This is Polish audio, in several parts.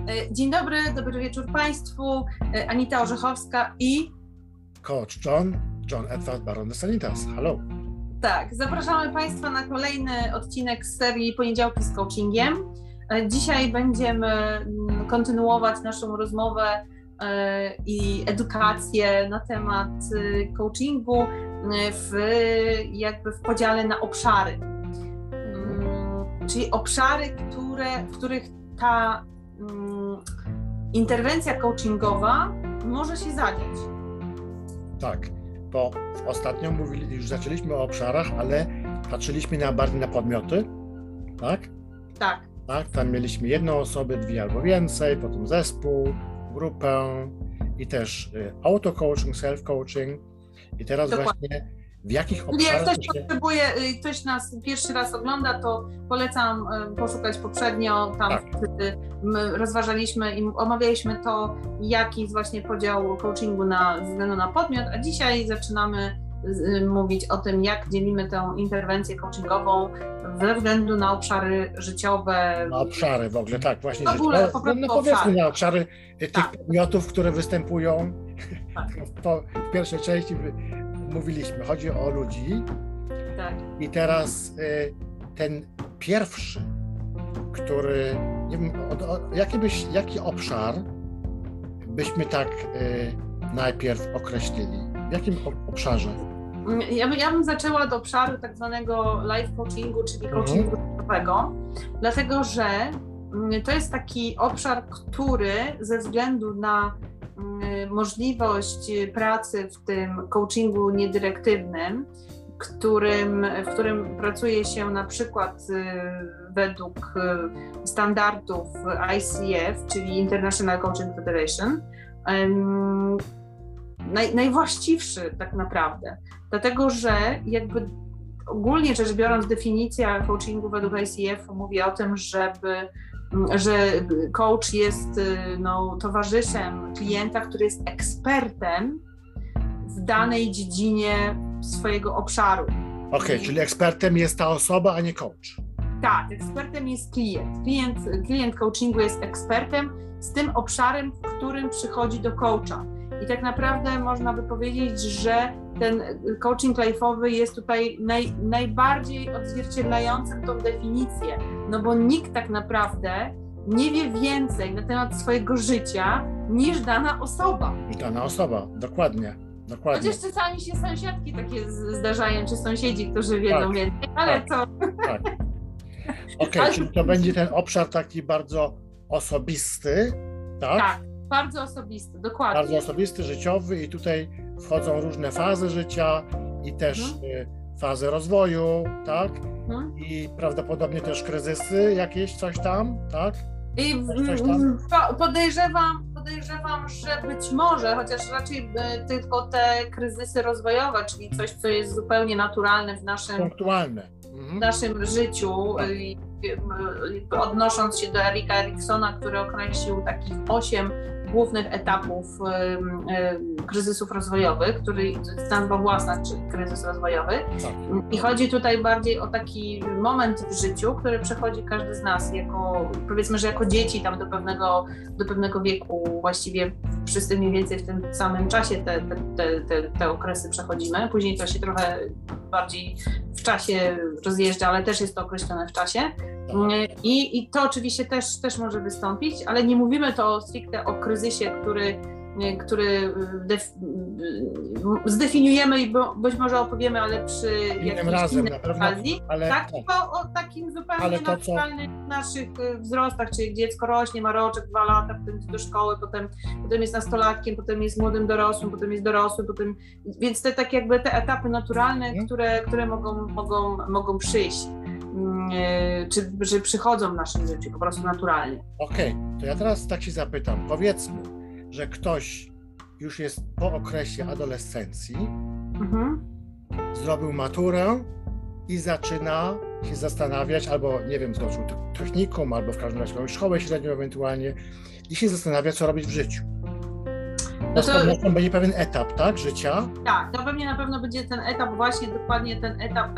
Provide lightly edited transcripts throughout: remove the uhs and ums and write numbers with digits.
Dzień dobry, dobry wieczór Państwu. Anita Orzechowska i Coach John Edward Baron de Sanitas. Hello. Tak, zapraszamy Państwa na kolejny odcinek z serii Poniedziałki z coachingiem. Dzisiaj będziemy kontynuować naszą rozmowę i edukację na temat coachingu w podziale na obszary. Czyli obszary, w których ta interwencja coachingowa może się zadziać. Tak, bo ostatnio już zaczęliśmy o obszarach, ale patrzyliśmy bardziej na podmioty, tak? Tak. Tak, tam mieliśmy jedną osobę, dwie albo więcej, potem zespół, grupę i też auto-coaching, self-coaching i teraz Dokładnie. właśnie w jakich obszarach... Jak ktoś potrzebuje, ktoś nas pierwszy raz ogląda, to polecam poszukać poprzednio, tam tak. Rozważaliśmy i omawialiśmy to, jaki jest właśnie podział coachingu ze względu na podmiot, a dzisiaj zaczynamy mówić o tym, jak dzielimy tę interwencję coachingową ze względu na obszary życiowe. Na obszary w ogóle, tak, właśnie. W ogóle, powiedzmy na obszary tych tak. podmiotów, które występują. Tak. W pierwszej części mówiliśmy, chodzi o ludzi. Tak. I teraz ten pierwszy, który, nie wiem, jaki obszar byśmy tak najpierw określili? W jakim obszarze? Ja bym zaczęła od obszaru tak zwanego life coachingu, czyli coachingu życiowego, dlatego że to jest taki obszar, który ze względu na możliwość pracy w tym coachingu niedyrektywnym, w którym pracuje się na przykład według standardów ICF, czyli International Coaching Federation, najwłaściwszy tak naprawdę, dlatego że jakby ogólnie rzecz biorąc definicja coachingu według ICF mówi o tym, że coach jest towarzyszem klienta, który jest ekspertem w danej dziedzinie swojego obszaru. Okej, czyli ekspertem jest ta osoba, a nie coach. Tak, ekspertem jest klient. Klient coachingu jest ekspertem z tym obszarem, w którym przychodzi do coacha. I tak naprawdę można by powiedzieć, że ten coaching life'owy jest tutaj najbardziej odzwierciedlającym tą definicję, no bo nikt tak naprawdę nie wie więcej na temat swojego życia niż dana osoba. Dana osoba, dokładnie. Chociaż czasami się sąsiadki takie zdarzają, czy sąsiedzi, którzy wiedzą tak, więcej, ale tak, to... Tak. Okej, czyli to będzie ten obszar taki bardzo osobisty, tak? Tak, bardzo osobisty, dokładnie. Bardzo osobisty, życiowy i tutaj wchodzą różne fazy życia i też fazy rozwoju, tak? I prawdopodobnie też kryzysy jakieś, coś tam, tak? I podejrzewam, że być może, chociaż raczej tylko te kryzysy rozwojowe, czyli coś, co jest zupełnie naturalne w naszym życiu, odnosząc się do Erika Eriksona, który określił takich 8 głównych etapów kryzysów rozwojowych, który nazwa własna, czyli kryzys rozwojowy. Tak. I chodzi tutaj bardziej o taki moment w życiu, który przechodzi każdy z nas powiedzmy, że jako dzieci tam do pewnego wieku, właściwie wszyscy mniej więcej w tym samym czasie te okresy przechodzimy. Później to się trochę bardziej w czasie rozjeżdża, ale też jest to określone w czasie. I to oczywiście też może wystąpić, ale nie mówimy to stricte o kryzysie, który zdefiniujemy i być może opowiemy, ale przy jakiejś innej okazji, tak? Tylko o takim zupełnie naturalnych naszych wzrostach, czyli dziecko rośnie, ma roczek, 2 lata, potem idzie do szkoły, potem jest nastolatkiem, potem jest młodym dorosłym, potem jest dorosłym, więc te tak jakby te etapy naturalne, które mogą przyjść. Czy przychodzą w naszym życiu po prostu naturalnie. Okej, to ja teraz tak się zapytam, powiedzmy, że ktoś już jest po okresie adolescencji, zrobił maturę i zaczyna się zastanawiać, albo nie wiem, skończył technikum, albo w każdym razie szkołę średnią ewentualnie i się zastanawia, co robić w życiu. To będzie pewien etap, tak, życia? Tak, to pewnie na pewno będzie ten etap, właśnie dokładnie ten etap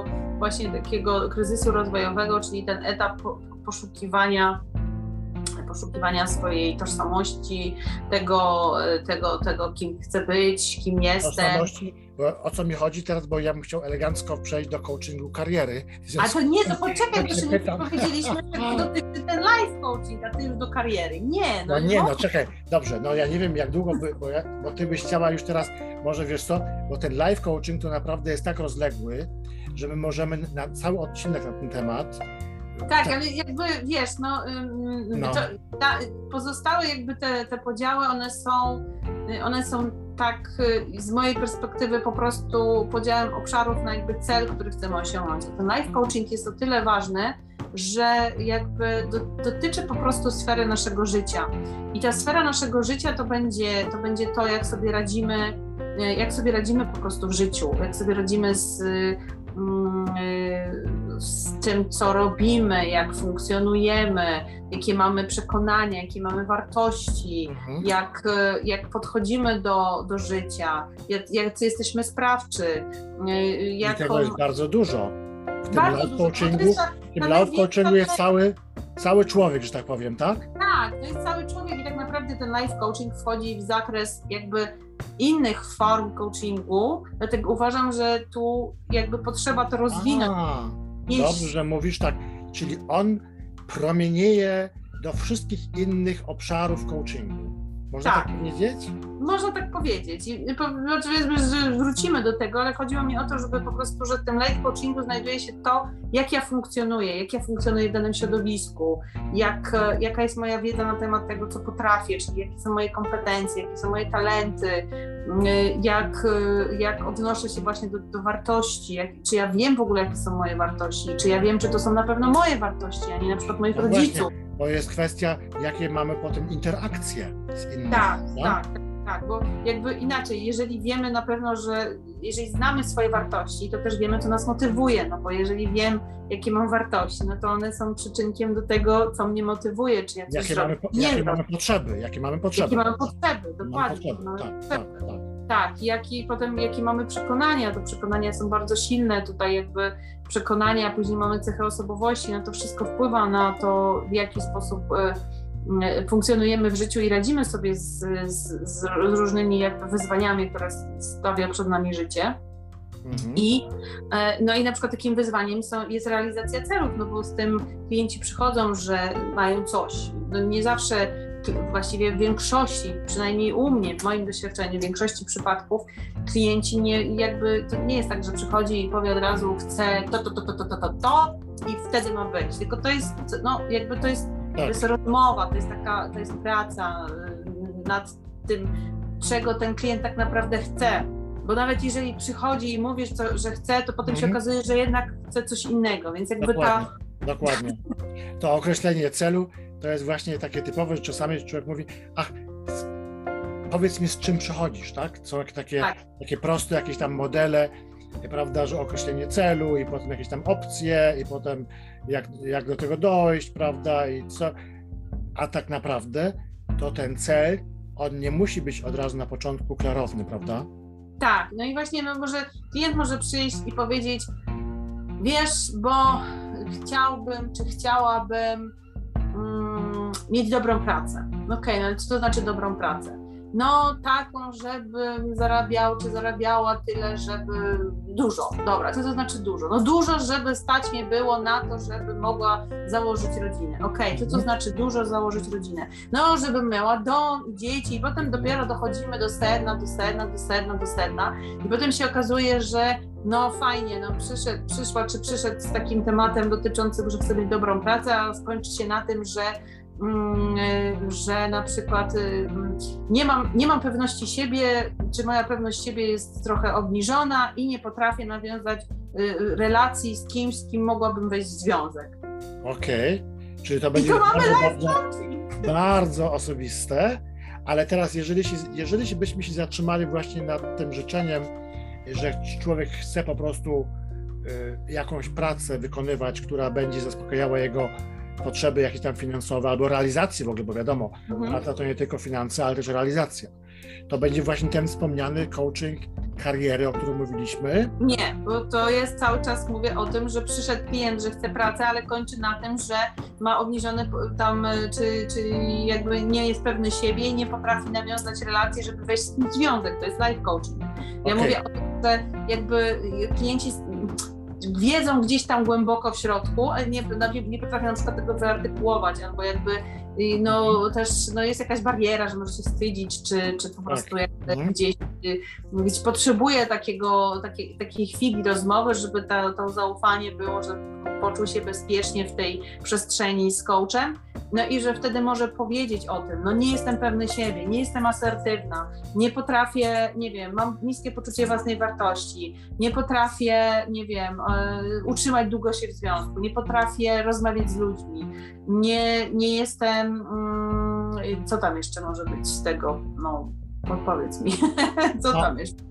takiego kryzysu rozwojowego, czyli ten etap poszukiwania poszukiwania swojej tożsamości, tego, kim chcę być, kim jestem. Tożsamości, bo o co mi chodzi teraz, bo ja bym chciał elegancko przejść do coachingu kariery. A to nie, to poczekaj, jeszcze nie powiedzieliśmy, że dotyczy ten life coaching, a ty już do kariery. Nie, no czekaj, dobrze, no ja nie wiem jak długo, bo ty byś chciała już teraz, może wiesz co, bo ten life coaching to naprawdę jest tak rozległy, że my możemy na cały odcinek na ten temat. Tak, ale jakby wiesz, pozostałe jakby te podziały, one są tak z mojej perspektywy po prostu podziałem obszarów na jakby cel, który chcemy osiągnąć. Ten life coaching jest o tyle ważny, że jakby dotyczy po prostu sfery naszego życia. I ta sfera naszego życia to będzie to, jak sobie radzimy po prostu w życiu, jak sobie radzimy z tym, co robimy, jak funkcjonujemy, jakie mamy przekonania, jakie mamy wartości, jak podchodzimy do życia, jak jesteśmy sprawczy. I tego jest bardzo dużo. W tym life coachingu jest cały człowiek, że tak powiem, tak? Tak, to jest cały człowiek i tak naprawdę ten life coaching wchodzi w zakres jakby innych form coachingu, dlatego uważam, że tu jakby potrzeba to rozwinąć. Dobrze, że mówisz tak, czyli on promienieje do wszystkich innych obszarów coachingu. Można tak powiedzieć? Można tak powiedzieć. I oczywiście, że wrócimy do tego, ale chodziło mi o to, żeby po prostu, że w tym life coachingu znajduje się to, jak ja funkcjonuję w danym środowisku, jaka jest moja wiedza na temat tego, co potrafię, czyli jakie są moje kompetencje, jakie są moje talenty, jak odnoszę się właśnie do wartości, czy ja wiem w ogóle, jakie są moje wartości, czy ja wiem, czy to są na pewno moje wartości, a nie na przykład moich rodziców. Właśnie, bo jest kwestia, jakie mamy potem interakcje z innymi. Tak, bo jakby inaczej, jeżeli wiemy na pewno, że jeżeli znamy swoje wartości, to też wiemy, co nas motywuje, no bo jeżeli wiem, jakie mam wartości, no to one są przyczynkiem do tego, co mnie motywuje, czy ja coś jakie mamy potrzeby. Jakie mamy potrzeby, dokładnie. Tak, jakie mamy przekonania, to przekonania są bardzo silne, tutaj jakby przekonania, a później mamy cechy osobowości, no to wszystko wpływa na to, w jaki sposób funkcjonujemy w życiu i radzimy sobie z różnymi jakby wyzwaniami, które stawia przed nami życie. I na przykład takim wyzwaniem jest realizacja celów, no bo z tym klienci przychodzą, że mają coś. No nie zawsze, właściwie w większości, przynajmniej u mnie, w moim doświadczeniu, w większości przypadków klienci to nie jest tak, że przychodzi i powie od razu chcę to i wtedy ma być, tylko to jest, to jest rozmowa, to jest praca nad tym, czego ten klient tak naprawdę chce. Bo nawet jeżeli przychodzi i mówisz, że chce, to potem się okazuje, że jednak chce coś innego, więc jakby Dokładnie. To określenie celu to jest właśnie takie typowe, że czasami człowiek mówi, powiedz mi, z czym przychodzisz, tak? Są takie proste jakieś tam modele, prawda, że określenie celu i potem jakieś tam opcje i potem jak do tego dojść, prawda, i co, a tak naprawdę to ten cel, on nie musi być od razu na początku klarowny, prawda? Tak, no i właśnie klient może przyjść i powiedzieć, wiesz, bo chciałbym, czy chciałabym mieć dobrą pracę. Okej, no co to znaczy dobrą pracę? No taką, żebym zarabiał, czy zarabiała tyle, żeby dużo. Dobra, co to znaczy dużo? No dużo, żeby stać mnie było na to, żebym mogła założyć rodzinę. Okej, co to znaczy dużo założyć rodzinę? No, żebym miała dom, dzieci i potem dopiero dochodzimy do sedna i potem się okazuje, że no fajnie, no przyszedł z takim tematem dotyczącym, że chce mieć dobrą pracę, a skończy się na tym, że na przykład nie mam pewności siebie, czy moja pewność siebie jest trochę obniżona i nie potrafię nawiązać relacji z kimś, z kim mogłabym wejść w związek. Okej, czyli to będzie bardzo osobiste, ale teraz jeżeli byśmy się zatrzymali właśnie nad tym życzeniem, że człowiek chce po prostu jakąś pracę wykonywać, która będzie zaspokajała jego potrzeby jakieś tam finansowe albo realizację w ogóle, bo wiadomo, praca to nie tylko finanse, ale też realizacja. To będzie właśnie ten wspomniany coaching kariery, o którym mówiliśmy? Nie, bo to jest cały czas, mówię o tym, że przyszedł klient, że chce pracę, ale kończy na tym, że ma obniżone tam, czy jakby nie jest pewny siebie i nie potrafi nawiązać relacji, żeby wejść w ten związek. To jest life coaching. Ja mówię o tym, że jakby klienci wiedzą gdzieś tam głęboko w środku, ale nie potrafią na przykład tego wyartykułować, albo jakby też jest jakaś bariera, że może się wstydzić, czy po prostu gdzieś potrzebuje takiej chwili rozmowy, żeby to zaufanie było, że poczuł się bezpiecznie w tej przestrzeni z coachem, no i że wtedy może powiedzieć o tym, nie jestem pewny siebie, nie jestem asertywna, nie potrafię, nie wiem, mam niskie poczucie własnej wartości, nie potrafię, nie wiem, utrzymać długo się w związku, nie potrafię rozmawiać z ludźmi, nie jestem, co tam jeszcze może być z tego, podpowiedz mi, co tam jeszcze?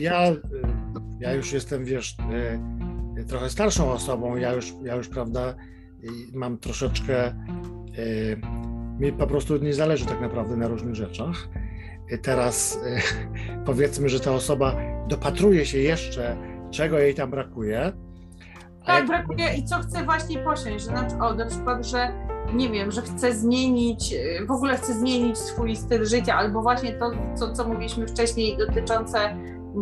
Ja już jestem, wiesz, trochę starszą osobą, ja już, prawda, mam troszeczkę, mi po prostu nie zależy tak naprawdę na różnych rzeczach. Teraz powiedzmy, że ta osoba dopatruje się jeszcze, czego jej tam brakuje. Tak, brakuje i co chce właśnie posiąść, że na przykład, że nie wiem, że chce zmienić, w ogóle chce zmienić swój styl życia, albo właśnie to, co mówiliśmy wcześniej dotyczące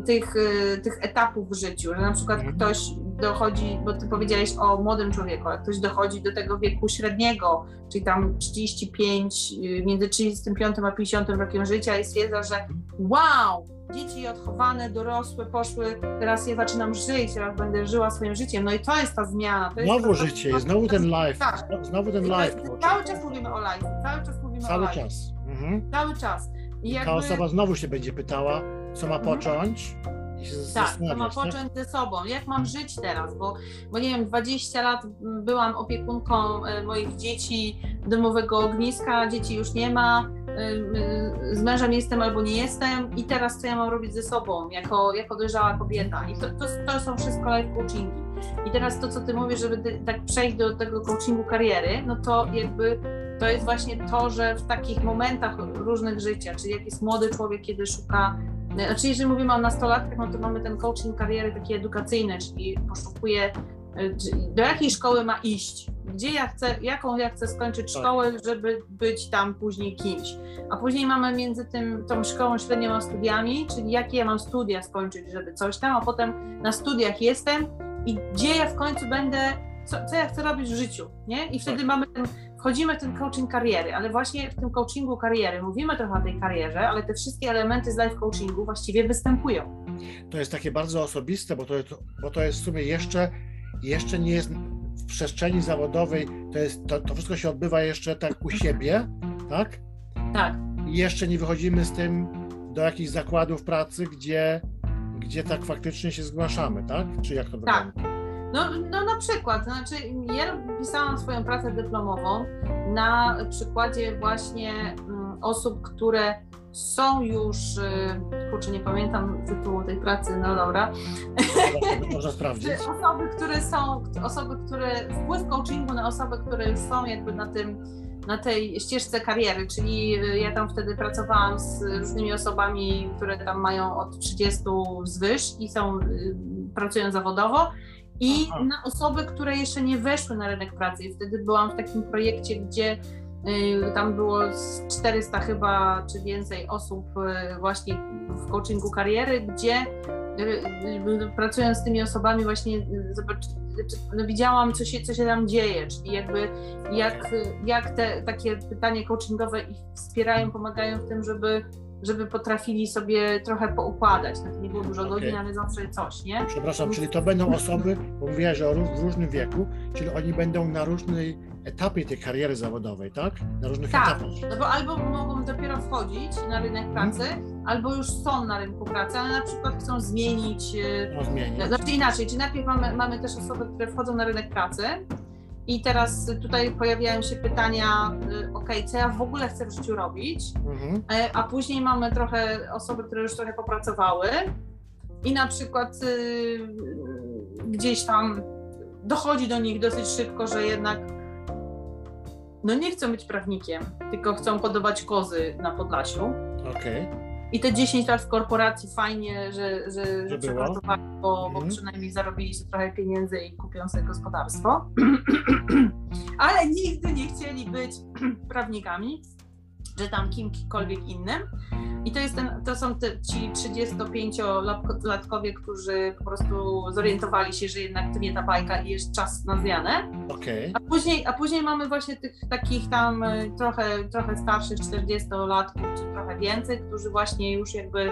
tych etapów w życiu, że na przykład ktoś dochodzi, bo ty powiedziałeś o młodym człowieku, jak ktoś dochodzi do tego wieku średniego, czyli tam 35, między 35 a 50 rokiem życia i stwierdza, że wow, dzieci odchowane, dorosłe, poszły, teraz ja zaczynam żyć, teraz będę żyła swoim życiem, no i to jest ta zmiana. To jest znowu życie, jest znowu ten life, tak. Znowu ten life. Cały czas mówimy o life, cały czas. Cały czas. I ta osoba znowu się będzie pytała, co ma począć. Co ma począć ze sobą, jak mam żyć teraz, bo nie wiem, 20 lat byłam opiekunką moich dzieci, domowego ogniska, dzieci już nie ma, z mężem jestem albo nie jestem i teraz co ja mam robić ze sobą, jako dojrzała kobieta i to są wszystko life coachingi. I teraz to, co ty mówisz, żeby tak przejść do tego coachingu kariery, no to jakby to jest właśnie to, że w takich momentach różnych życia, czyli jak jest młody człowiek, kiedy szuka, znaczy jeżeli mówimy o nastolatkach, no to mamy ten coaching kariery taki edukacyjny, czyli poszukuje, do jakiej szkoły ma iść, jaką ja chcę skończyć szkołę, żeby być tam później kimś. A później mamy między tą szkołą średnią a studiami, czyli jakie ja mam studia skończyć, żeby coś tam, a potem na studiach jestem i gdzie ja w końcu będę, co ja chcę robić w życiu, nie? I wtedy wchodzimy w ten coaching kariery, ale właśnie w tym coachingu kariery mówimy trochę o tej karierze, ale te wszystkie elementy z life coachingu właściwie występują. To jest takie bardzo osobiste, bo to jest w sumie jeszcze nie jest w przestrzeni zawodowej, to wszystko się odbywa jeszcze tak u siebie, tak? Tak. I jeszcze nie wychodzimy z tym do jakichś zakładów pracy, gdzie tak faktycznie się zgłaszamy, tak? Czy jak to wygląda? Tak. No na przykład, ja pisałam swoją pracę dyplomową na przykładzie właśnie osób, które są już, kurczę, nie pamiętam tytułu tej pracy, no dobra. Można sprawdzić. Wpływ coachingu na osoby, które już są jakby na tej ścieżce kariery, czyli ja tam wtedy pracowałam z różnymi osobami, które tam mają od 30 wzwyż i pracują zawodowo. I na osoby, które jeszcze nie weszły na rynek pracy. I wtedy byłam w takim projekcie, gdzie tam było 400 chyba, czy więcej osób właśnie w coachingu kariery, gdzie pracując z tymi osobami właśnie widziałam, co się tam dzieje, czyli jakby jak te takie pytania coachingowe ich wspierają, pomagają w tym, żeby potrafili sobie trochę poukładać. To nie było dużo godzin, ale zawsze coś, nie? Przepraszam, czyli to będą osoby, bo mówiłaś, że w różnym wieku, czyli oni będą na różnej etapie tej kariery zawodowej, tak? Na różnych etapach. No bo albo mogą dopiero wchodzić na rynek pracy, albo już są na rynku pracy, ale na przykład chcą zmienić. Znaczy inaczej, czyli najpierw mamy też osoby, które wchodzą na rynek pracy i teraz tutaj pojawiają się pytania, co ja w ogóle chcę w życiu robić, a później mamy trochę osoby, które już trochę popracowały i na przykład gdzieś tam dochodzi do nich dosyć szybko, że jednak nie chcą być prawnikiem, tylko chcą hodować kozy na Podlasiu. I te 10 lat w korporacji fajnie, że przepracowali, bo przynajmniej zarobili się trochę pieniędzy i kupią sobie gospodarstwo. Ale nigdy nie chcieli być prawnikami, że tam kimkolwiek innym. I to są ci 35-latkowie, którzy po prostu zorientowali się, że jednak to nie ta bajka i jest czas na zmianę. Okay. A później mamy właśnie tych takich tam trochę starszych 40-latków, czy trochę więcej, którzy właśnie już jakby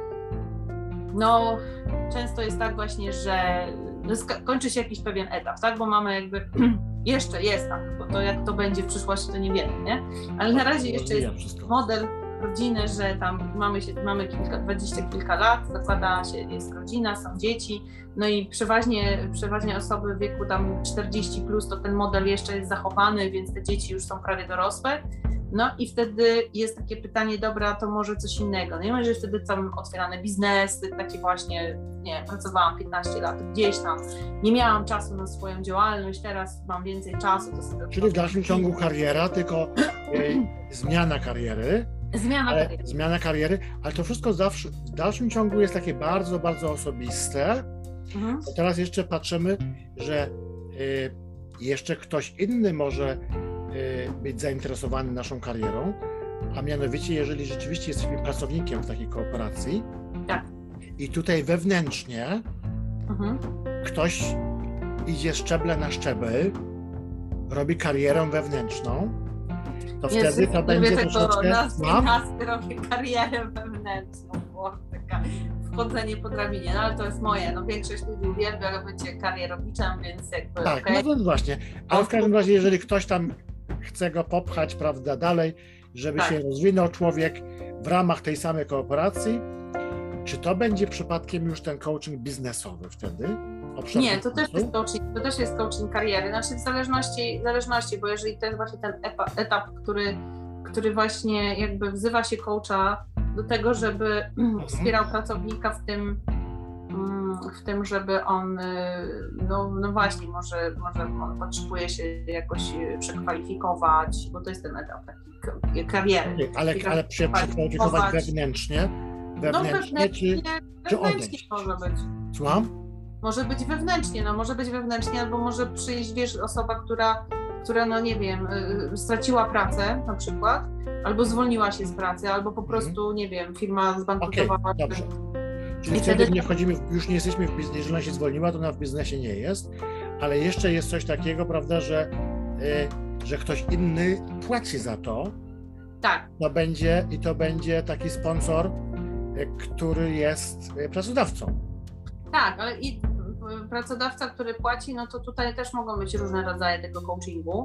często jest tak właśnie, że kończy się jakiś pewien etap, tak? Bo mamy jakby jeszcze jest tak, bo to jak to będzie w przyszłości, to nie wiemy, nie? Ale na razie jeszcze jest model rodziny, że tam mamy 20 kilka lat, zakłada się, jest rodzina, są dzieci, no i przeważnie osoby w wieku tam 40 plus, to ten model jeszcze jest zachowany, więc te dzieci już są prawie dorosłe. No i wtedy jest takie pytanie, dobra, to może coś innego. No i może wtedy tam otwierane biznesy, takie właśnie, nie, pracowałam 15 lat gdzieś tam, nie miałam czasu na swoją działalność, teraz mam więcej czasu. To sobie czyli w dalszym ciągu kariera, tylko zmiana kariery. Zmiana kariery, ale to wszystko zawsze w dalszym ciągu jest takie bardzo, bardzo osobiste. Bo teraz jeszcze patrzymy, że jeszcze ktoś inny może być zainteresowany naszą karierą, a mianowicie jeżeli rzeczywiście jesteśmy pracownikiem w takiej korporacji, tak. I tutaj wewnętrznie ktoś idzie z szczebla na szczebel, robi karierę wewnętrzną, to wtedy to będzie troszeczkę... robię karierę wewnętrzną, bo taka wchodzenie po drabinie, no ale to jest moje, większość ludzi uwielbia bycie karierowiczem, więc jakby tak, no właśnie, ale w każdym razie, jeżeli ktoś tam chce go popchać, prawda, dalej, żeby się rozwinął człowiek w ramach tej samej korporacji, czy to będzie przypadkiem już ten coaching biznesowy wtedy? Nie, to też jest coaching kariery, znaczy w zależności, bo jeżeli to jest właśnie ten etap, który właśnie jakby wzywa się coacha do tego, żeby wspierał pracownika w tym, żeby on, no właśnie, może on potrzebuje się jakoś przekwalifikować, bo to jest ten etap taki kariery. Ale przekwalifikować wewnętrznie czy odejść? Może być. Słucham? Może być wewnętrznie, albo może przyjść, osoba, która no nie wiem, straciła pracę na przykład, albo zwolniła się z pracy, albo po prostu, nie wiem, firma zbankrutowała. Okay, dobrze. Czyli wtedy nie wchodzimy, już nie jesteśmy w biznesie, jeżeli ona się zwolniła, to ona w biznesie nie jest, ale jeszcze jest coś takiego, prawda, że ktoś inny płaci za to. Tak. To będzie taki sponsor, który jest pracodawcą. Tak, ale i pracodawca, który płaci, no to tutaj też mogą być różne rodzaje tego coachingu.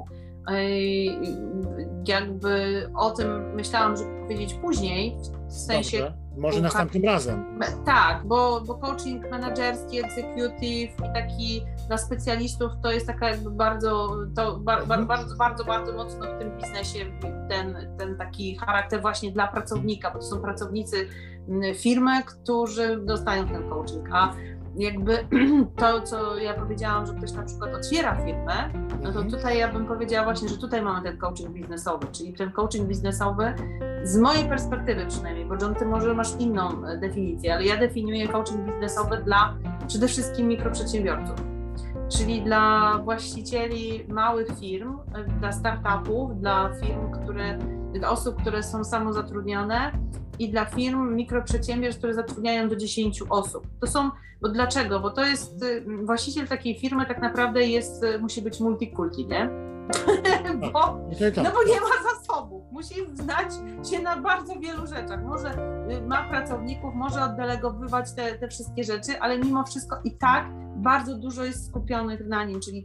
Jakby o tym myślałam, żeby powiedzieć później, w sensie... Dobrze. Może następnym razem. Tak, bo coaching menedżerski, executive i taki dla specjalistów to jest taka jakby bardzo mocno w tym biznesie ten taki charakter właśnie dla pracownika, bo to są pracownicy firmy, którzy dostają ten coaching, a jakby to, co ja powiedziałam, że ktoś na przykład otwiera firmę, no to tutaj ja bym powiedziała właśnie, że tutaj mamy ten coaching biznesowy, czyli ten coaching biznesowy z mojej perspektywy przynajmniej, bo John, ty może masz inną definicję, ale ja definiuję coaching biznesowy dla przede wszystkim mikroprzedsiębiorców, czyli dla właścicieli małych firm, dla startupów, dla firm, dla osób, które są samozatrudnione i dla firm, mikroprzedsiębiorstw, które zatrudniają do 10 osób. Bo dlaczego? Bo to jest, właściciel takiej firmy tak naprawdę musi być multikulti, nie? bo nie ma zasobów, musi znać się na bardzo wielu rzeczach. Może ma pracowników, może oddelegowywać te wszystkie rzeczy, ale mimo wszystko i tak bardzo dużo jest skupionych na nim, czyli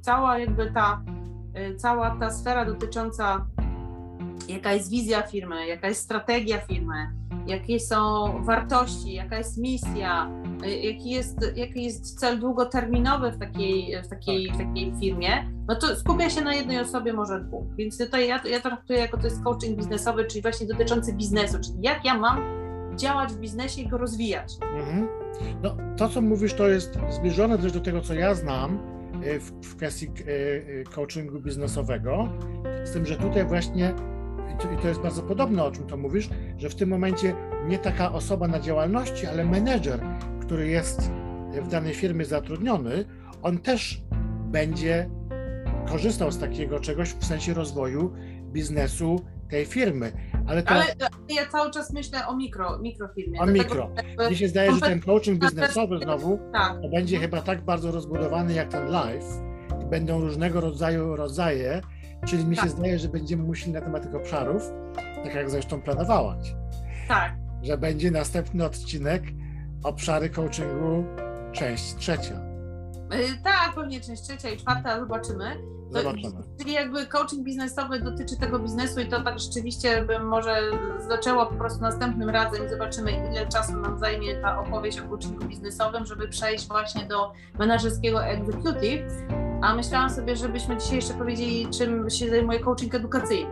cała ta sfera dotycząca jaka jest wizja firmy, jaka jest strategia firmy, jakie są wartości, jaka jest misja, jaki jest cel długoterminowy w takiej firmie, no to skupia się na jednej osobie, może dwóch. Więc tutaj ja traktuję jako to jest coaching biznesowy, czyli właśnie dotyczący biznesu, czyli jak ja mam działać w biznesie i go rozwijać. No, to, co mówisz, to jest zbliżone też do tego, co ja znam w kwestii coachingu biznesowego, z tym, że tutaj właśnie i to jest bardzo podobne, o czym to mówisz, że w tym momencie nie taka osoba na działalności, ale menedżer, który jest w danej firmie zatrudniony, on też będzie korzystał z takiego czegoś w sensie rozwoju biznesu tej firmy. Ale ja cały czas myślę o mikrofirmie. O mikro. Mi się zdaje, że ten coaching biznesowy znowu to będzie chyba tak bardzo rozbudowany jak ten live i będą różnego rodzaju rodzaje, czyli mi się zdaje, że będziemy musieli na temat tych obszarów, tak jak zresztą planowałaś. Tak. Że będzie następny odcinek obszary coachingu, część 3. Tak, pewnie część 3 i 4, zobaczymy. Czyli jakby coaching biznesowy dotyczy tego biznesu i to tak rzeczywiście bym może zaczęła po prostu następnym razem i zobaczymy, ile czasu nam zajmie ta opowieść o coachingu biznesowym, żeby przejść właśnie do menedżerskiego executive. A myślałam sobie, żebyśmy dzisiaj jeszcze powiedzieli, czym się zajmuje coaching edukacyjny.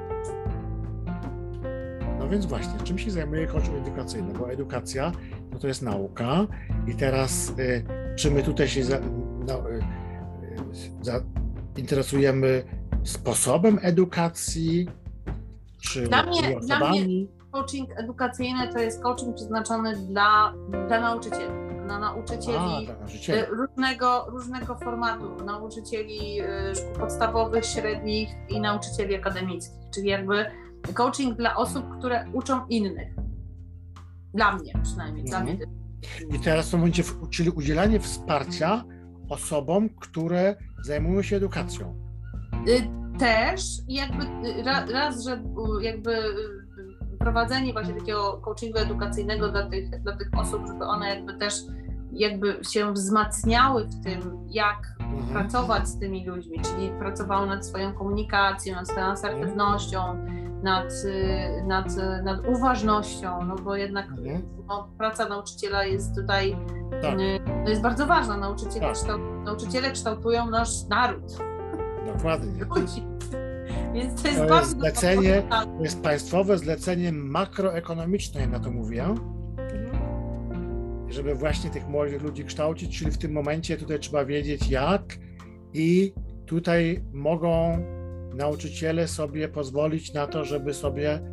No więc właśnie, czym się zajmuje coaching edukacyjny? Bo edukacja to jest nauka i teraz czy my tutaj się interesujemy sposobem edukacji, czy dla mnie coaching edukacyjny to jest coaching przeznaczony dla nauczycieli. Na nauczycieli różnego formatu, nauczycieli szkół podstawowych, średnich i nauczycieli akademickich, czyli jakby coaching dla osób, które uczą innych. Dla mnie przynajmniej. Dla mnie. I teraz w tym momencie, czyli udzielanie wsparcia osobom, które zajmują się edukacją. Też jakby raz, że jakby prowadzenie właśnie takiego coachingu edukacyjnego dla tych osób, żeby one jakby też się wzmacniały w tym, jak pracować z tymi ludźmi, czyli pracowały nad swoją komunikacją, nad swoją asertywnością, nad uważnością, no bo jednak praca nauczyciela jest tutaj jest bardzo ważna. Nauczyciele kształtują nasz naród. Dokładnie. Więc to jest bardzo zlecenie, to jest państwowe zlecenie makroekonomiczne, na to mówię, żeby właśnie tych młodych ludzi kształcić, czyli w tym momencie tutaj trzeba wiedzieć jak i tutaj mogą nauczyciele sobie pozwolić na to, żeby sobie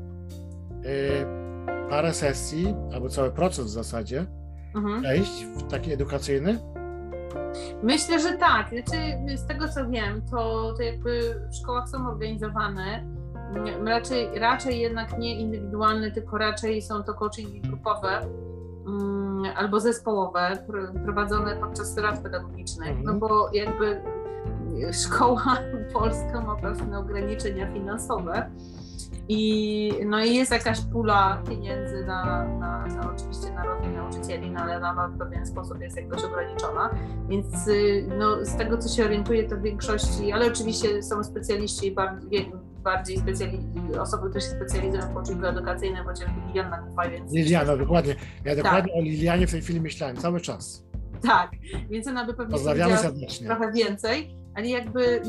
parę sesji, albo cały proces w zasadzie przejść w taki edukacyjny? Myślę, że tak. Znaczy, z tego co wiem, to jakby w szkołach są organizowane, raczej jednak nie indywidualne, tylko raczej są to coachingi grupowe albo zespołowe, prowadzone podczas rad pedagogicznych, no bo jakby szkoła polska ma pewne ograniczenia finansowe i jest jakaś pula pieniędzy na oczywiście na rozwój nauczycieli, no ale ona w pewien sposób jest jakoś ograniczona, więc z tego co się orientuję, to w większości, ale oczywiście są specjaliści i bardziej osoby, które się specjalizują w coachingu edukacyjnym, chociażby Liliana Kufa, więc... Liliana, dokładnie. Ja dokładnie o Lilianie w tej chwili myślałem cały czas. Tak, więc ona by pewnie pozdrawiamy serdecznie. Trochę więcej, ale jakby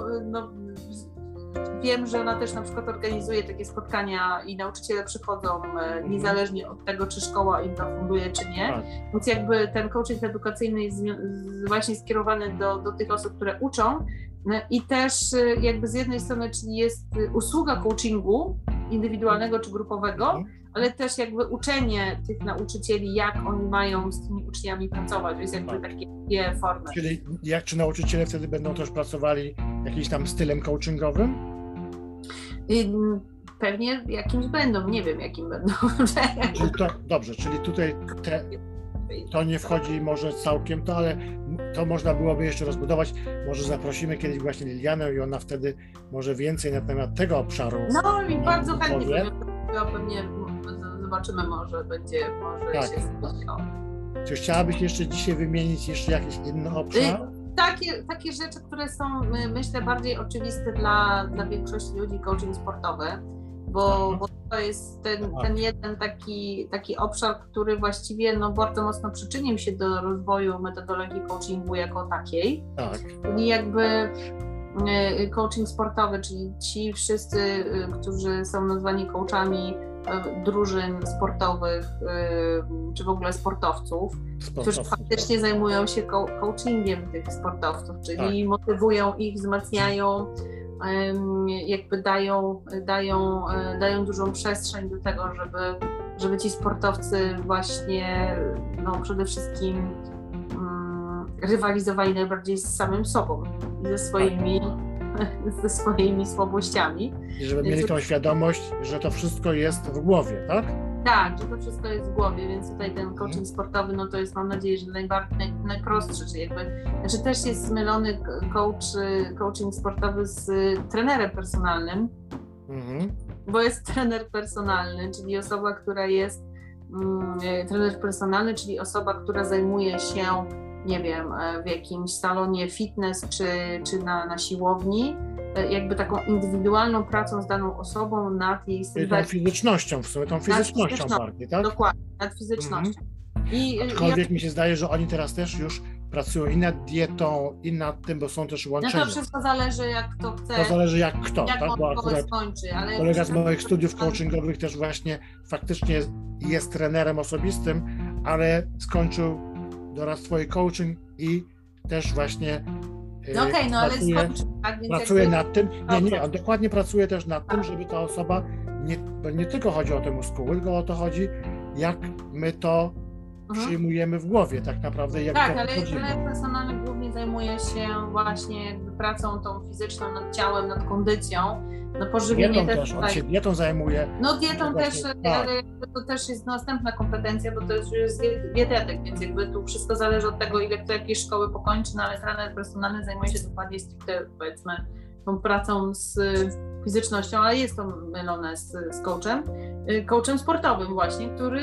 wiem, że ona też na przykład organizuje takie spotkania i nauczyciele przychodzą niezależnie od tego, czy szkoła im to funduje, czy nie. Tak. Więc jakby ten coaching edukacyjny jest właśnie skierowany do tych osób, które uczą i też jakby z jednej strony, czyli jest usługa coachingu indywidualnego czy grupowego, ale też jakby uczenie tych nauczycieli, jak oni mają z tymi uczniami pracować, więc jakby takie dwie formy. Czyli czy nauczyciele wtedy będą też pracowali jakimś tam stylem coachingowym? Pewnie jakimś będą, nie wiem jakim będą. Czyli dobrze, czyli tutaj to nie wchodzi może całkiem to, ale to można byłoby jeszcze rozbudować. Może zaprosimy kiedyś właśnie Lilianę i ona wtedy może więcej na temat tego obszaru. No i bardzo chętnie, pewnie zobaczymy, może się spotkał. Czy chciałabyś jeszcze dzisiaj wymienić jeszcze jakiś inny obszar? Takie rzeczy, które są, myślę, bardziej oczywiste dla większości ludzi, coaching sportowy, bo to jest ten jeden taki obszar, który właściwie bardzo mocno przyczynił się do rozwoju metodologii coachingu jako takiej. Tak. I jakby coaching sportowy, czyli ci wszyscy, którzy są nazwani coachami drużyn sportowych, czy w ogóle sportowców, którzy faktycznie zajmują się coachingiem tych sportowców, czyli motywują ich, wzmacniają, jakby dają dużą przestrzeń do tego, żeby ci sportowcy właśnie no przede wszystkim rywalizowali najbardziej z samym sobą i ze swoimi słabościami. I żeby mieli tą świadomość, że to wszystko jest w głowie, tak? Tak, że to wszystko jest w głowie, więc tutaj ten coaching sportowy, no to jest, mam nadzieję, że najprostszy, czyli znaczy też jest zmylony coaching sportowy z trenerem personalnym, bo jest trener personalny, czyli osoba, która jest trener personalny, czyli osoba, która zajmuje się, nie wiem, w jakimś salonie fitness czy na siłowni, jakby taką indywidualną pracą z daną osobą nad jej sylwetką. Tą fizycznością, w sumie tą fizycznością bardziej, tak? Dokładnie, nad fizycznością. Aczkolwiek mi się zdaje, że oni teraz też już pracują i nad dietą, i nad tym, bo są też łączeni. No to wszystko zależy, jak kto chce. To zależy jak kto, jak tak? Bo akurat skończy, ale kolega z moich studiów coachingowych też właśnie faktycznie jest trenerem osobistym, ale skończył doradztwo i coaching i też właśnie ale skończył, tak? Więc pracuje nad tym, on dokładnie pracuje też nad tym, żeby ta osoba, bo nie tylko chodzi o te muskuły, tylko o to chodzi, jak my to przyjmujemy w głowie tak naprawdę. Jak tak, to ale trener personalny głównie zajmuje się właśnie jakby pracą tą fizyczną nad ciałem, nad kondycją. No pożywienie też on się dietą zajmuje. No dietą też, ale to też jest następna kompetencja, bo to już jest dietetyk, więc jakby tu wszystko zależy od tego, ile kto jakiej szkoły pokończy, no ale trener personalny zajmuje się dokładnie stricte, powiedzmy, tą pracą z fizycznością, ale jest to mylone z coachem sportowym właśnie, który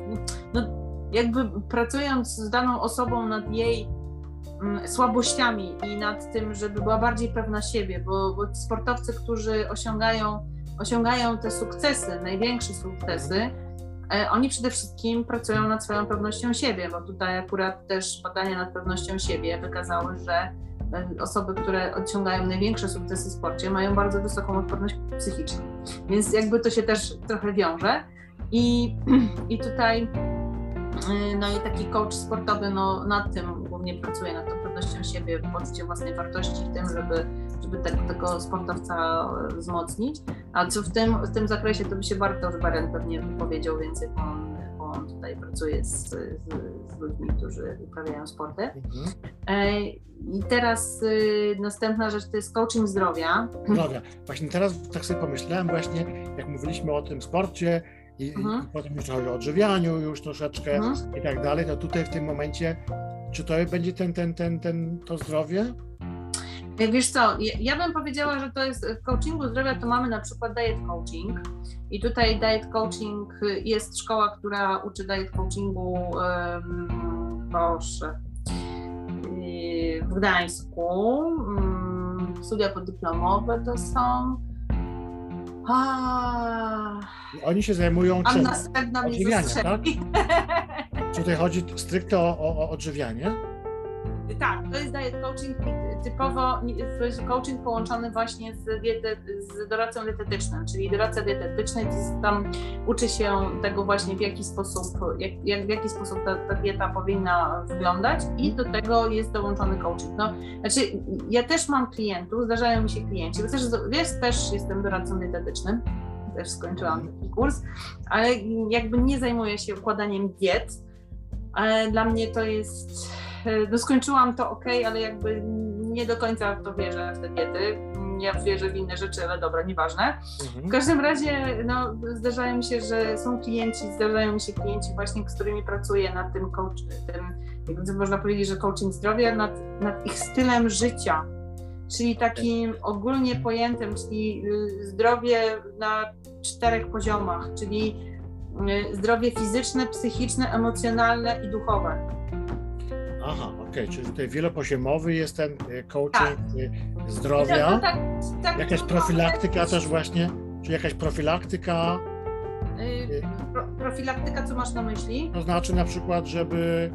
jakby pracując z daną osobą nad jej słabościami i nad tym, żeby była bardziej pewna siebie, bo sportowcy, którzy osiągają te sukcesy, największe sukcesy, oni przede wszystkim pracują nad swoją pewnością siebie, bo tutaj akurat też badania nad pewnością siebie wykazały, że osoby, które osiągają największe sukcesy w sporcie, mają bardzo wysoką odporność psychiczną, więc jakby to się też trochę wiąże i tutaj no i taki coach sportowy nad tym głównie pracuje, nad tą pewnością siebie, poczuciem własnej wartości i tym, żeby tego sportowca wzmocnić. A co w tym zakresie, to by się Bartosz Beren pewnie wypowiedział więcej, bo on tutaj pracuje z ludźmi, którzy uprawiają sporty. I teraz następna rzecz to jest coaching zdrowia. Właśnie teraz tak sobie pomyślałem właśnie, jak mówiliśmy o tym sporcie, i potem już trochę o odżywianiu już troszeczkę i tak dalej, to tutaj w tym momencie, czy to będzie to zdrowie? Wiesz co, ja bym powiedziała, że to jest w coachingu zdrowia, to mamy na przykład diet coaching i tutaj diet coaching jest szkoła, która uczy diet coachingu w Gdańsku, studia podyplomowe to są. Oni się zajmują czym? Odżywianiem, tak? Czy tutaj chodzi stricte o odżywianie? Tak, to jest diet coaching typowo, to jest coaching połączony właśnie z doradcą dietetycznym, czyli doradca dietetyczny tam uczy się tego właśnie w jaki sposób ta dieta powinna wyglądać i do tego jest dołączony coaching. No, znaczy ja też mam klientów, zdarzają mi się klienci, bo też jestem doradcą dietetycznym, też skończyłam taki kurs, ale jakby nie zajmuję się układaniem diet, ale dla mnie to jest... skończyłam to ale jakby nie do końca w to wierzę, w te diety. Ja wierzę w inne rzeczy, ale dobra, nieważne. W każdym razie zdarzają mi się, że są klienci właśnie, z którymi pracuję nad tym jakby można powiedzieć, że coaching zdrowia, nad ich stylem życia, czyli takim ogólnie pojętym, czyli zdrowie na 4 poziomach, czyli zdrowie fizyczne, psychiczne, emocjonalne i duchowe. Aha, okej, czyli tutaj wielopoziomowy jest ten coaching zdrowia. Jakaś profilaktyka też właśnie, czy jakaś profilaktyka? Profilaktyka, co masz na myśli? To znaczy na przykład, żeby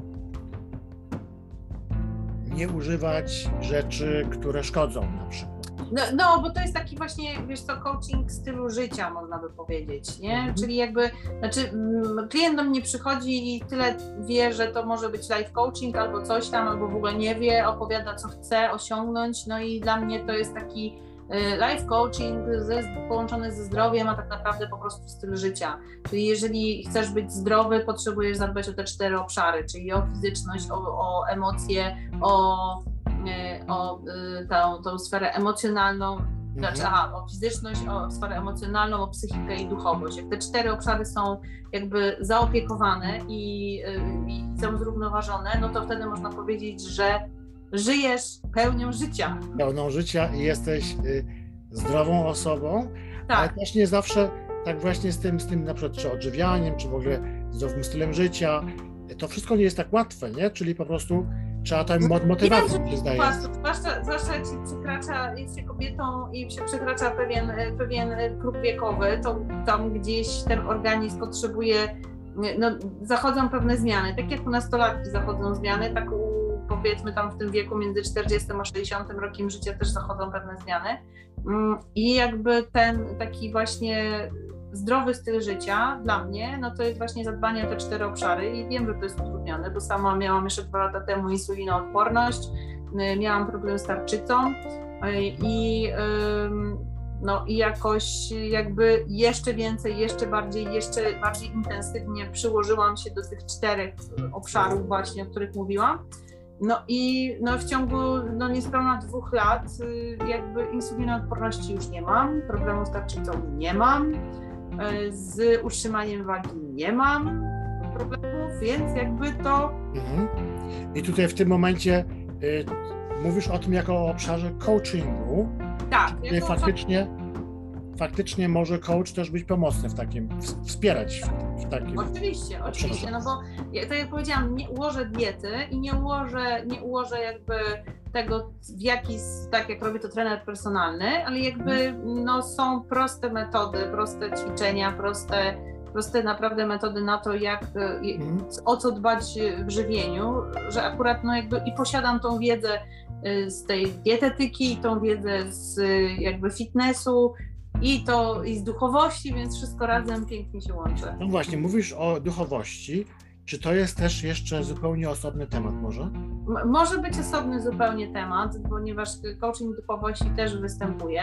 nie używać rzeczy, które szkodzą na przykład. No, bo to jest taki właśnie, wiesz co, coaching stylu życia, można by powiedzieć, nie? Czyli jakby, klient do mnie przychodzi i tyle wie, że to może być life coaching albo coś tam, albo w ogóle nie wie, opowiada co chce osiągnąć, no i dla mnie to jest taki life coaching połączony ze zdrowiem, a tak naprawdę po prostu styl życia. Czyli jeżeli chcesz być zdrowy, potrzebujesz zadbać o te 4 obszary, czyli o fizyczność, o emocje, o tą sferę emocjonalną, o fizyczność, o sferę emocjonalną, o psychikę i duchowość. Jak te 4 obszary są jakby zaopiekowane i są zrównoważone, no to wtedy można powiedzieć, że żyjesz pełnią życia. Pełną życia i jesteś zdrową osobą, tak. Ale też nie zawsze tak właśnie z tym na przykład czy odżywianiem, czy w ogóle zdrowym stylem życia. To wszystko nie jest tak łatwe, nie? Czyli po prostu trzeba tam motywację, się zdaje. Zwłaszcza jak jest się kobietą i się przekracza pewien próg wiekowy, to tam gdzieś ten organizm potrzebuje, zachodzą pewne zmiany. Tak jak u nastolatki zachodzą zmiany, tak powiedzmy tam w tym wieku między 40 a 60 rokiem życia też zachodzą pewne zmiany. I jakby ten taki właśnie zdrowy styl życia dla mnie, no to jest właśnie zadbanie o te 4 obszary i wiem, że to jest utrudnione, bo sama miałam jeszcze 2 lata temu insulinoodporność, miałam problem z tarczycą i jakoś jakby jeszcze więcej, jeszcze bardziej intensywnie przyłożyłam się do tych 4 obszarów właśnie, o których mówiłam. No i w ciągu niespełna 2 lat jakby insulinoodporności już nie mam, problemu z tarczycą nie mam, z utrzymaniem wagi nie mam problemów, więc jakby to... I tutaj w tym momencie mówisz o tym jako o obszarze coachingu. Tak. Faktycznie może coach też być pomocny w takim, wspierać w takim... Oczywiście, no bo tak jak powiedziałam, nie ułożę diety i nie ułożę jakby tego tak jak robi to trener personalny, ale jakby są proste metody, proste ćwiczenia, proste naprawdę metody na to, o co dbać w żywieniu, że akurat jakby i posiadam tą wiedzę z tej dietetyki, i tą wiedzę z jakby fitnessu, i z duchowości, więc wszystko razem pięknie się łączy. No właśnie, mówisz o duchowości. Czy to jest też jeszcze zupełnie osobny temat może? Może być osobny zupełnie temat, ponieważ coaching duchowości też występuje.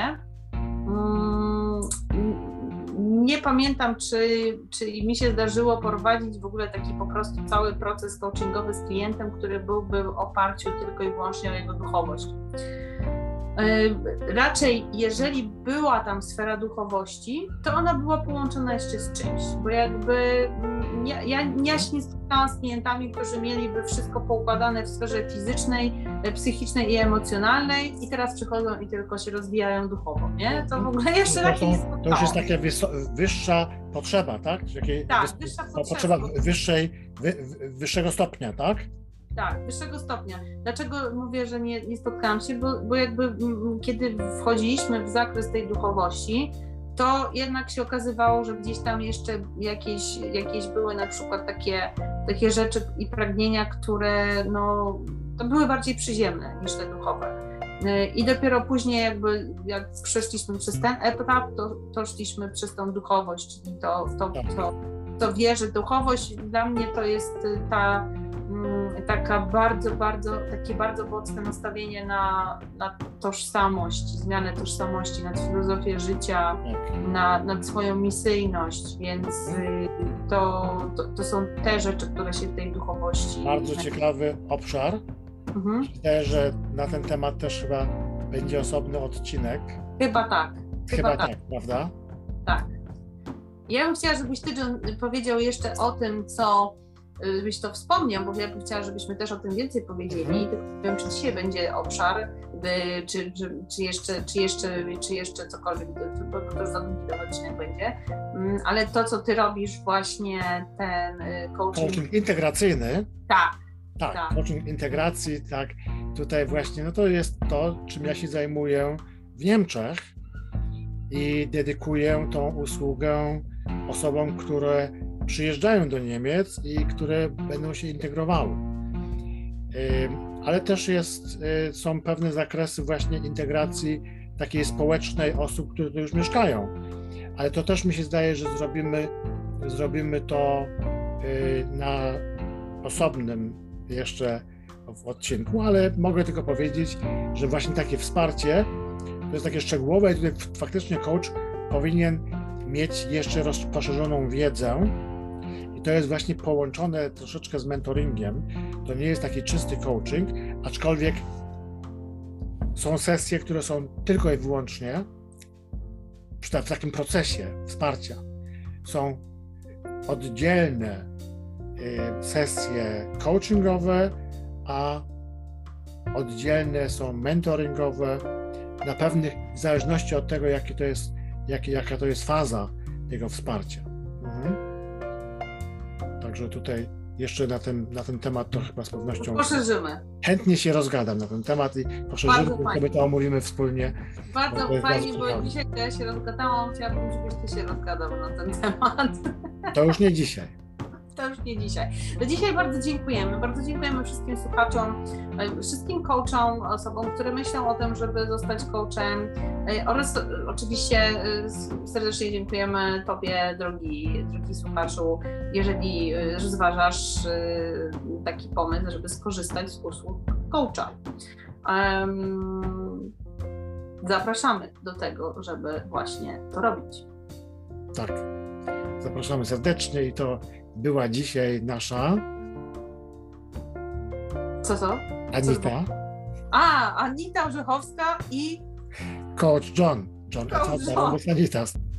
Nie pamiętam, czy mi się zdarzyło prowadzić w ogóle taki po prostu cały proces coachingowy z klientem, który byłby w oparciu tylko i wyłącznie o jego duchowość. Raczej, jeżeli była tam sfera duchowości, to ona była połączona jeszcze z czymś, bo jakby ja się nie spotkałam z klientami, którzy mieliby wszystko poukładane w sferze fizycznej, psychicznej i emocjonalnej i teraz przychodzą i tylko się rozwijają duchowo, nie? To w ogóle jeszcze tak nie spotkałam. To już jest taka wyższa potrzeba, tak? Tak, wyższa potrzeba. Wyższego stopnia, tak? Tak, wyższego stopnia. Dlaczego mówię, że nie spotkałam się? Bo jakby kiedy wchodziliśmy w zakres tej duchowości, to jednak się okazywało, że gdzieś tam jeszcze jakieś były na przykład takie rzeczy i pragnienia, które to były bardziej przyziemne niż te duchowe. I dopiero później jak przeszliśmy przez ten etap, to szliśmy przez tą duchowość, czyli to wierzę, duchowość dla mnie to jest takie bardzo mocne nastawienie na tożsamość, zmianę tożsamości, nad filozofię życia, nad swoją misyjność, więc to są te rzeczy, które się w tej duchowości... Bardzo ciekawy obszar. Myślę, że na ten temat też chyba będzie osobny odcinek. Chyba tak, prawda? Tak. Ja bym chciała, żebyś ty, John, powiedział jeszcze o tym, co byś to wspomniał, bo ja bym chciała, żebyśmy też o tym więcej powiedzieli. Tylko nie wiem, czy dzisiaj będzie obszar, czy jeszcze cokolwiek, bo to już za długi ten odcinek będzie. Ale to, co ty robisz, właśnie ten coaching integracyjny. Tak, coaching integracji, tak. Tutaj właśnie, to jest to, czym ja się zajmuję w Niemczech i dedykuję tą usługę osobom, które przyjeżdżają do Niemiec i które będą się integrowały. Ale też są pewne zakresy właśnie integracji takiej społecznej osób, które tu już mieszkają. Ale to też mi się zdaje, że zrobimy to na osobnym jeszcze w odcinku, ale mogę tylko powiedzieć, że właśnie takie wsparcie to jest takie szczegółowe i tutaj faktycznie coach powinien mieć jeszcze poszerzoną wiedzę i to jest właśnie połączone troszeczkę z mentoringiem. To nie jest taki czysty coaching, aczkolwiek są sesje, które są tylko i wyłącznie w takim procesie wsparcia. Są oddzielne sesje coachingowe, a oddzielne są mentoringowe, na pewnych, w zależności od tego, jaka to jest faza tego wsparcia. Także tutaj jeszcze na ten temat to chyba z pewnością poszerzymy. Chętnie się rozgadam na ten temat i poszerzymy, sobie to omówimy wspólnie. Bardzo fajnie, bo dzisiaj ja się rozgadałam, chciałabym, żebyś ty się rozgadał na ten temat. To już nie dzisiaj. To już nie dzisiaj. To dzisiaj bardzo dziękujemy. Bardzo dziękujemy wszystkim słuchaczom, wszystkim coachom, osobom, które myślą o tym, żeby zostać coachem oraz oczywiście serdecznie dziękujemy Tobie, drogi słuchaczu, jeżeli zważasz taki pomysł, żeby skorzystać z usług coacha. Zapraszamy do tego, żeby właśnie to robić. Tak. Zapraszamy serdecznie i to była dzisiaj nasza... Co? Anita. Anita Orzechowska i... Coach John. John. Anita.